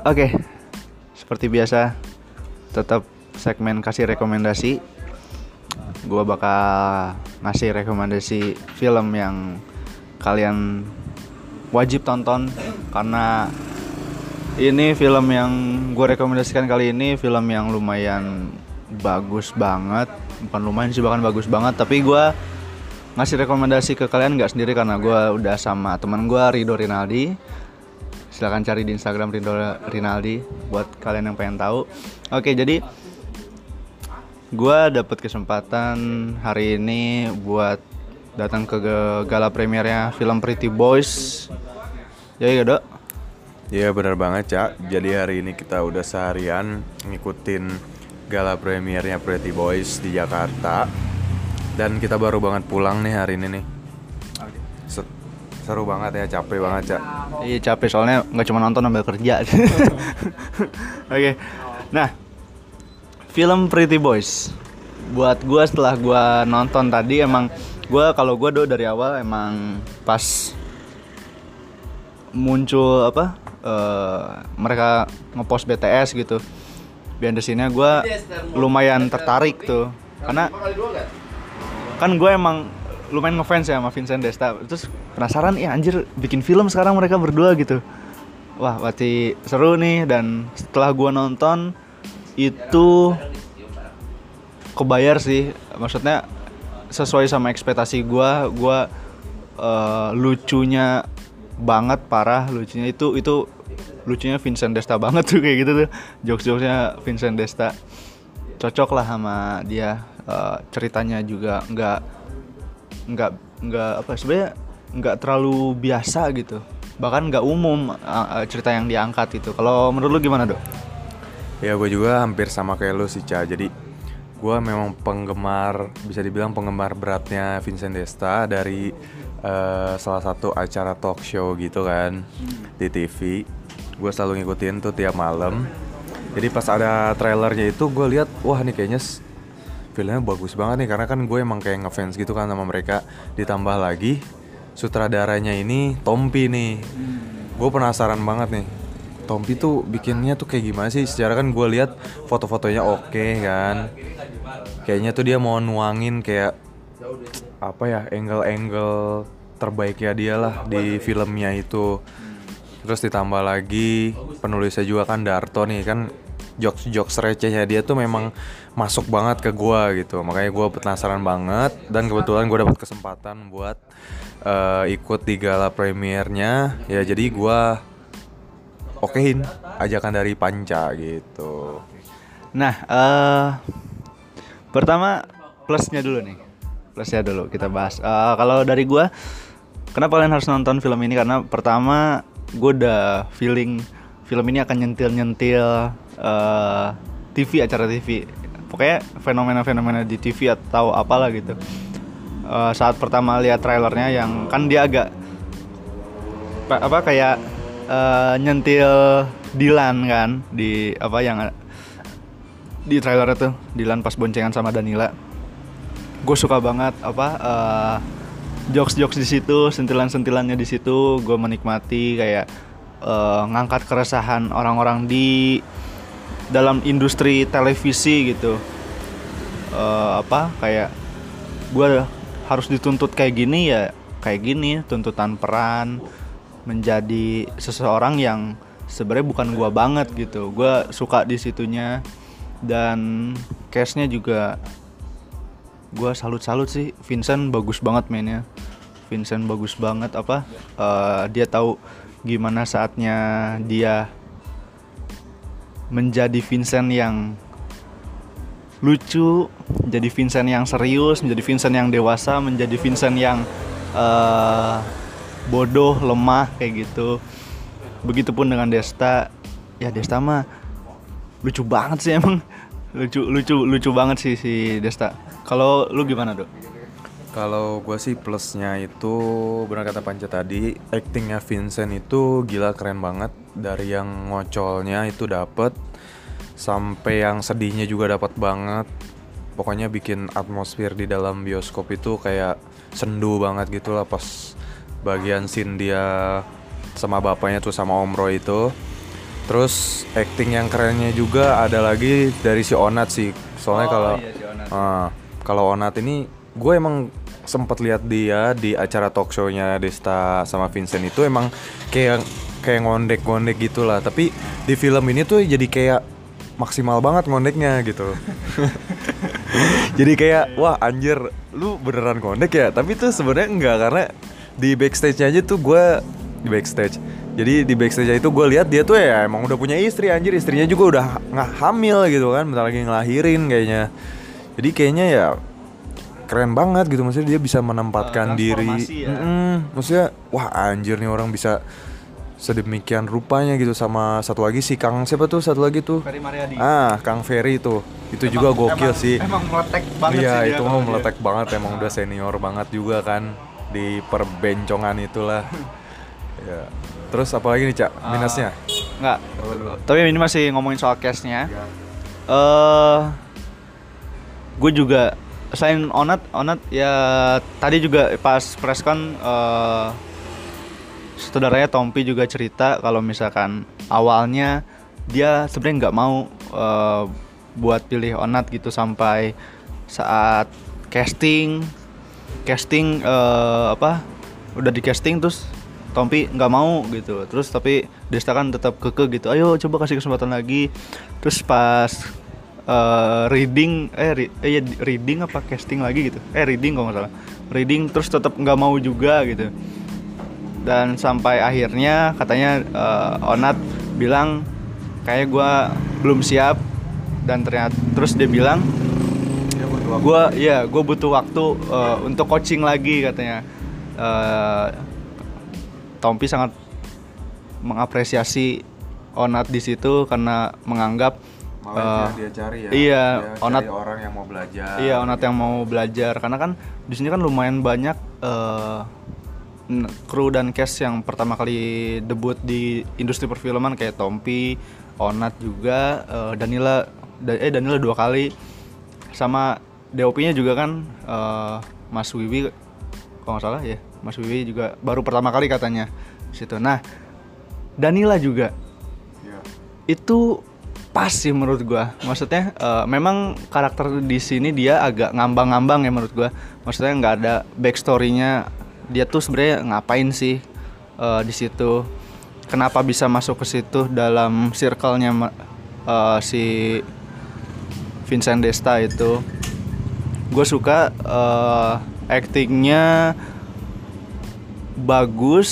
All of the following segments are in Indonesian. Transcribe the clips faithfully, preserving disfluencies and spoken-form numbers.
Oke, seperti biasa, tetap segmen kasih rekomendasi. Gua bakal ngasih rekomendasi film yang kalian wajib tonton, karena ini film yang gue rekomendasikan kali ini film yang lumayan bagus banget. Bukan lumayan sih, bahkan bagus banget. Tapi gue ngasih rekomendasi ke kalian nggak sendiri, karena gue udah sama teman gue, Rido Rinaldi. Silahkan cari di Instagram Rido Rinaldi buat kalian yang pengen tahu. Oke, jadi gue dapet kesempatan hari ini buat datang ke gala premiernya film Pretty Boys. Ya iya dok. Iya benar banget Cak. Jadi hari ini kita udah seharian ngikutin gala premiernya Pretty Boys di Jakarta. Dan kita baru banget pulang nih hari ini nih. Seru banget ya, capek banget Cak. Iya capek, soalnya nggak cuma nonton sambil kerja. Oke, nah film Pretty Boys buat gue, setelah gue nonton tadi, emang gue kalau gue do dari awal emang pas muncul apa uh, mereka ngepost B T S gitu behind the scene-nya, gue lumayan tertarik tuh, karena kan gue emang lumayan ngefans ya sama Vincent Desta. Terus penasaran, ya anjir bikin film sekarang mereka berdua gitu. Wah pasti seru nih. Dan setelah gua nonton itu kebayar sih, maksudnya sesuai sama ekspektasi gua. Gua uh, lucunya banget, parah lucunya. Itu itu lucunya Vincent Desta banget tuh, kayak gitu tuh. Jokes-jokesnya Vincent Desta cocok lah sama dia. Uh, ceritanya juga nggak nggak nggak apa sebenarnya nggak terlalu biasa gitu, bahkan nggak umum uh, cerita yang diangkat itu. Kalau menurut lu gimana dok? Ya gue juga hampir sama kayak lu sih Cak. Jadi gue memang penggemar, bisa dibilang penggemar beratnya Vincent Desta dari uh, salah satu acara talk show gitu kan di T V. Gue selalu ngikutin tuh tiap malam. Jadi pas ada trailernya itu gue lihat, wah nih kayaknya filmnya bagus banget nih, karena kan gue emang kayak ngefans gitu kan sama mereka. Ditambah lagi sutradaranya ini Tompi nih. hmm. Gue penasaran banget nih, Tompi tuh bikinnya tuh kayak gimana sih. Secara kan gue lihat foto-fotonya oke okay, kan. Kayaknya tuh dia mau nuangin kayak apa ya, angle-angle terbaiknya dia lah di filmnya itu. Terus ditambah lagi penulisnya juga kan Darto nih kan, jokes-jokes recehnya dia tuh memang masuk banget ke gue gitu. Makanya gue penasaran banget, dan kebetulan gue dapat kesempatan buat uh, ikut di gala premiernya. Ya jadi gue okein ajakan dari Panca gitu. Nah uh, pertama plusnya dulu nih, plusnya dulu kita bahas. Uh, kalau dari gue, kenapa kalian harus nonton film ini? Karena pertama gue udah feeling film ini akan nyentil-nyentil uh, T V, acara T V. Pokoknya fenomena-fenomena di T V atau apalah gitu. Uh, saat pertama lihat trailernya, yang kan dia agak apa kayak uh, nyentil Dilan kan di apa yang di trailer itu, Dilan pas boncengan sama Danila. Gue suka banget apa uh, jokes-jokes di situ, sentilan-sentilannya di situ. Gue menikmati kayak uh, ngangkat keresahan orang-orang di dalam industri televisi gitu. Uh, apa kayak gue harus dituntut kayak gini, ya kayak gini, tuntutan peran menjadi seseorang yang sebenarnya bukan gue banget gitu. Gue suka di situnya, dan cast-nya juga gue salut-salut sih. Vincent bagus banget mainnya. Vincent bagus banget apa uh, dia tahu gimana saatnya dia menjadi Vincent yang lucu, menjadi Vincent yang serius, menjadi Vincent yang dewasa, menjadi Vincent yang uh, bodoh, lemah kayak gitu. Begitupun dengan Desta. Ya Desta mah lucu banget sih emang. Lucu lucu lucu banget sih si Desta. Kalau lu gimana, Dok? Kalau gue sih plusnya itu benar kata Panca tadi, actingnya Vincent itu gila keren banget. Dari yang ngocolnya itu dapet, sampai yang sedihnya juga dapat banget. Pokoknya bikin atmosfer di dalam bioskop itu kayak sendu banget gitu lah pas bagian scene dia sama bapaknya tuh sama Om Roy itu. Terus acting yang kerennya juga ada lagi dari si Onat sih. Soalnya Oh, kalau iya, si Onat. ah, kalau Onat ini gue emang sempat lihat dia di acara talk show-nya Desta sama Vincent itu emang kayak kayak ngondek-ngondek gitulah. Tapi di film ini tuh jadi kayak maksimal banget ngondeknya gitu. Jadi kayak wah anjir lu beneran ngondek ya. Tapi tuh sebenarnya enggak, karena di backstage aja tuh gue di backstage. Jadi di backstage itu gue lihat dia tuh ya emang udah punya istri, anjir, istrinya juga udah nggak hamil gitu kan, bentar lagi ngelahirin kayaknya. Jadi kayaknya ya keren banget gitu, maksudnya dia bisa menempatkan Uh, diri. transformasi ya. Mm-mm. Maksudnya wah anjir nih orang bisa sedemikian rupanya gitu. Sama satu lagi si Kang siapa tuh satu lagi tuh? Ferry Mariadi. Ah, Kang Ferry tuh. Itu juga gokil emang, sih. Emang meletek banget Iya, sih dia itu kalau mau dia. meletek banget, emang udah senior banget juga kan di perbencongan itulah. Ya. Terus apa lagi nih, Cak? Minusnya? Enggak. Tapi ini masih ngomongin soal cast-nya. Eh gue juga selain Onat, Onat ya tadi juga pas presscon eh saudaranya Tompi juga cerita kalau misalkan awalnya dia sebenarnya nggak mau eh, buat pilih Onat gitu, sampai saat casting casting eh, apa udah di casting terus Tompi nggak mau gitu, terus tapi Desta kan tetap keke gitu, ayo coba kasih kesempatan lagi. Terus pas uh, reading eh, re, eh ya, reading apa casting lagi gitu, eh reading kalau nggak salah, reading terus tetap nggak mau juga gitu. Dan sampai akhirnya katanya uh, Onat bilang kayak gue belum siap, dan ternyata terus dia bilang gue ya gue butuh waktu uh, untuk coaching lagi katanya. Uh, Tompi sangat mengapresiasi Onat di situ karena menganggap Malah uh, dia cari ya. Iya, dia Onat cari orang yang mau belajar. Iya, Onat yang mau belajar karena kan di sini kan lumayan banyak uh, kru dan cast yang pertama kali debut di industri perfilman kayak Tompi, Onat juga, uh, Danila eh Danila dua kali, sama D O P-nya juga kan uh, Mas Wiwi kalau nggak salah ya. Mas Wiwi juga baru pertama kali katanya di situ. Nah, Danila juga Ya. itu pas sih menurut gua. Maksudnya uh, memang karakter di sini dia agak ngambang-ngambang ya menurut gua. Maksudnya nggak ada backstory-nya. Dia tuh sebenarnya ngapain sih uh, di situ? Kenapa bisa masuk ke situ dalam circle-nya uh, si Vincent Desta itu? Gue suka uh, actingnya bagus,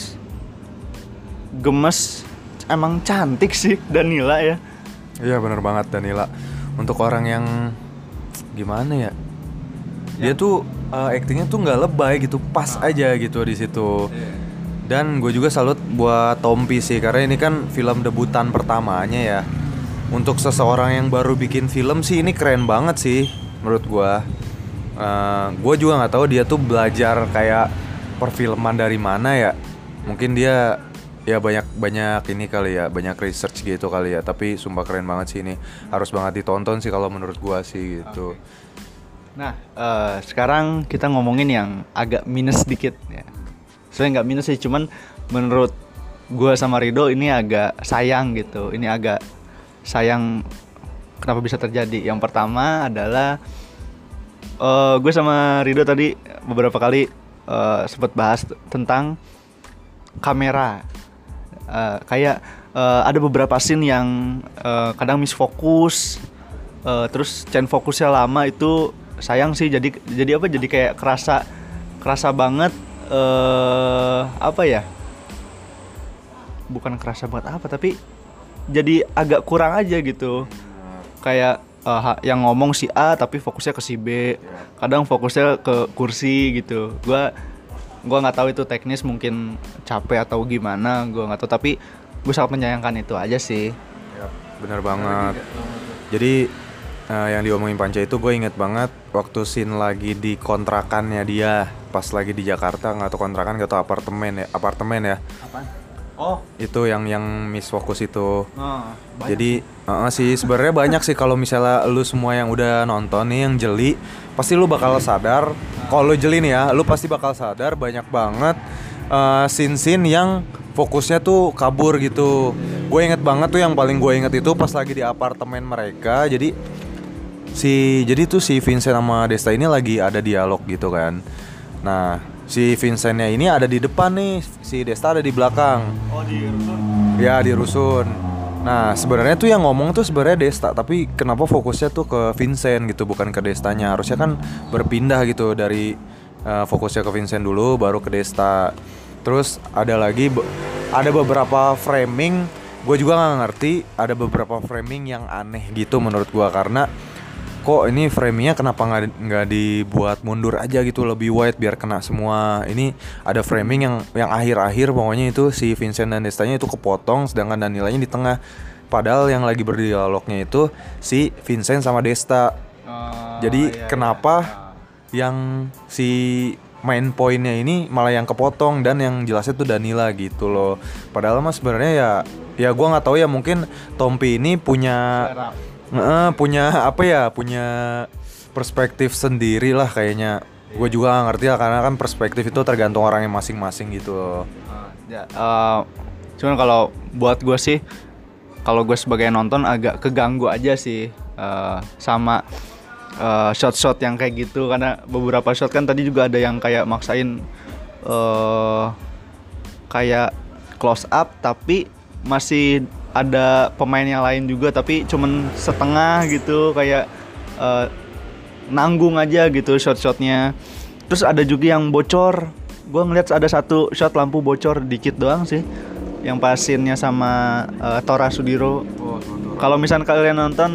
gemes, emang cantik sih Danila ya. Iya benar banget Danila. Untuk orang yang gimana ya? Dia tuh uh, actingnya tuh nggak lebay gitu, pas aja gitu di situ. Dan gue juga salut buat Tompi sih, karena ini kan film debutan pertamanya ya. Untuk seseorang yang baru bikin film sih ini keren banget sih menurut gue. Uh, gue juga nggak tahu dia tuh belajar kayak perfilman dari mana ya. Mungkin dia ya banyak banyak ini kali ya, banyak research gitu kali ya. Tapi sumpah keren banget sih ini, harus banget ditonton sih kalau menurut gue sih gitu. Okay. Nah, uh, sekarang kita ngomongin yang agak minus dikit ya. Sebenarnya nggak minus sih, cuman menurut gue sama Rido ini agak sayang gitu. Ini agak sayang kenapa bisa terjadi. Yang pertama adalah uh, gue sama Rido tadi beberapa kali uh, sempat bahas t- tentang kamera. Uh, kayak uh, ada beberapa scene yang uh, kadang misfokus, uh, terus chain fokusnya lama, itu sayang sih. Jadi jadi apa? Jadi kayak kerasa kerasa banget uh, apa ya? Bukan kerasa banget apa, tapi jadi agak kurang aja gitu. Kayak uh, yang ngomong si A tapi fokusnya ke si B. Kadang fokusnya ke kursi gitu. Gua gua nggak tahu itu teknis, mungkin capek atau gimana, gua nggak tahu, tapi gue sangat menyayangkan itu aja sih. Ya, bener banget. Jadi uh, yang diomongin Panca itu gue inget banget waktu scene lagi di kontrakannya dia, pas lagi di Jakarta, nggak tahu kontrakan nggak tahu apartemen ya, apartemen ya. Apaan? Oh, Itu yang yang miss fokus itu. oh Jadi uh, sih sebenarnya banyak sih, kalau misalnya lu semua yang udah nonton nih yang jeli, pasti lu bakal sadar. Kalau lu jeli nih ya, lu pasti bakal sadar banyak banget uh, scene-scene yang fokusnya tuh kabur gitu. gue inget banget tuh, yang paling gue inget itu pas lagi di apartemen mereka. Jadi si jadi tuh si Vincent sama Desta ini lagi ada dialog gitu kan. Nah, si Vincentnya ini ada di depan nih, si Desta ada di belakang. Oh, di rusun. Ya, di rusun. Nah, sebenarnya tuh yang ngomong tuh sebenarnya Desta, tapi kenapa fokusnya tuh ke Vincent gitu, bukan ke Destanya. Harusnya kan berpindah gitu, dari uh, fokusnya ke Vincent dulu baru ke Desta. Terus ada lagi be- ada beberapa framing, gue juga nggak ngerti, ada beberapa framing yang aneh gitu menurut gue, karena kok ini framingnya kenapa nggak nggak dibuat mundur aja gitu, lebih wide biar kena semua. Ini ada framing yang yang akhir-akhir pokoknya itu si Vincent dan Destanya itu kepotong, sedangkan Danilanya di tengah. Padahal yang lagi berdialognya itu si Vincent sama Desta. Oh, Jadi iya, kenapa iya. yang si main poinnya ini malah yang kepotong dan yang jelasnya tuh Danila gitu loh. Padahal mah sebenarnya ya ya gue nggak tahu ya, mungkin Tompi ini punya Uh, punya apa ya, punya perspektif sendiri lah kayaknya. Gue juga gak ngerti lah, karena kan perspektif itu tergantung orangnya masing-masing gitu loh. Uh, ya, uh, cuman kalau buat gue sih, kalau gue sebagai nonton agak keganggu aja sih uh, sama uh, shot-shot yang kayak gitu, karena beberapa shot kan tadi juga ada yang kayak maksain uh, kayak close up tapi masih ada pemain yang lain juga, tapi cuman setengah gitu, kayak uh, nanggung aja gitu shot-shotnya. Terus ada juga yang bocor. Gue ngeliat ada satu shot lampu bocor dikit doang sih, yang pas scene-nya sama uh, Tora Sudiro. Oh, kalau misalnya kalian nonton,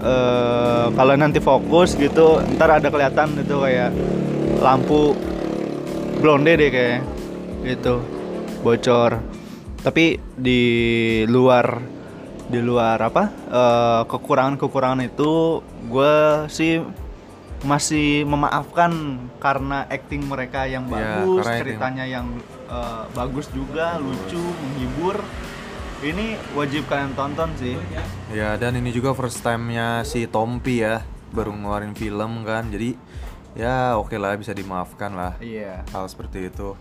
uh, kalau nanti fokus gitu, ntar ada kelihatan itu kayak lampu blonde deh kayak gitu, bocor. Tapi di luar di luar apa uh, kekurangan-kekurangan itu, gue sih masih memaafkan karena acting mereka yang bagus, ya, ceritanya yang uh, bagus juga, lucu, menghibur. Ini wajib kalian tonton sih. Ya, dan ini juga first time-nya si Tompi ya, baru ngeluarin film kan, jadi ya oke okay lah, bisa dimaafkan lah. Iya. Hal seperti itu.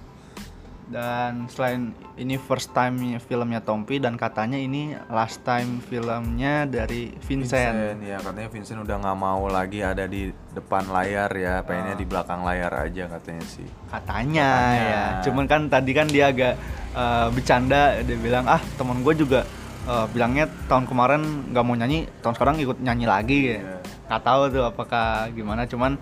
Dan selain ini first time filmnya Tompi, dan katanya ini last time filmnya dari Vincent. Vincent ya, katanya Vincent udah nggak mau lagi ada di depan layar ya, pengennya oh. di belakang layar aja katanya sih. Katanya, katanya. Ya, cuman kan tadi kan dia agak uh, bercanda, dia bilang ah teman gue juga uh, bilangnya tahun kemarin nggak mau nyanyi, tahun sekarang ikut nyanyi lagi. Ya. Yeah. Nggak tahu tuh apakah gimana, cuman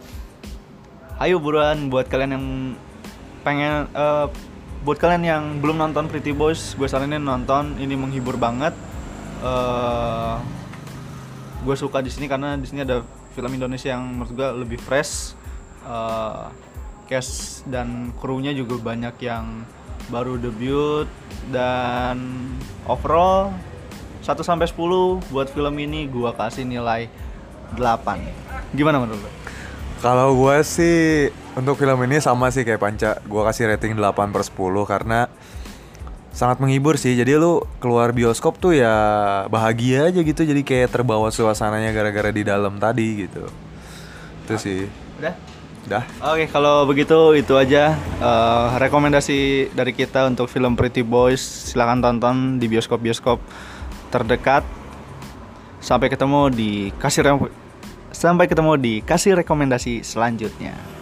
ayo buruan buat kalian yang pengen. Uh, Buat kalian yang belum nonton Pretty Boys, gue saranin nonton, ini menghibur banget. Uh, gue suka di sini karena di sini ada film Indonesia yang menurut gue lebih fresh. Uh, cast dan krunya juga banyak yang baru debut, dan overall satu sampai sepuluh buat film ini gue kasih nilai delapan. Gimana menurut lo? Kalau gue sih untuk film ini sama sih kayak Panca, gue kasih rating delapan per sepuluh karena sangat menghibur sih. Jadi lu keluar bioskop tuh ya bahagia aja gitu, jadi kayak terbawa suasananya gara-gara di dalam tadi gitu. Itu sih. Udah? Udah. Oke, kalau begitu itu aja uh, rekomendasi dari kita untuk film Pretty Boys. Silakan tonton di bioskop-bioskop terdekat. Sampai ketemu di kasih Sampai ketemu di kasih rekomendasi selanjutnya.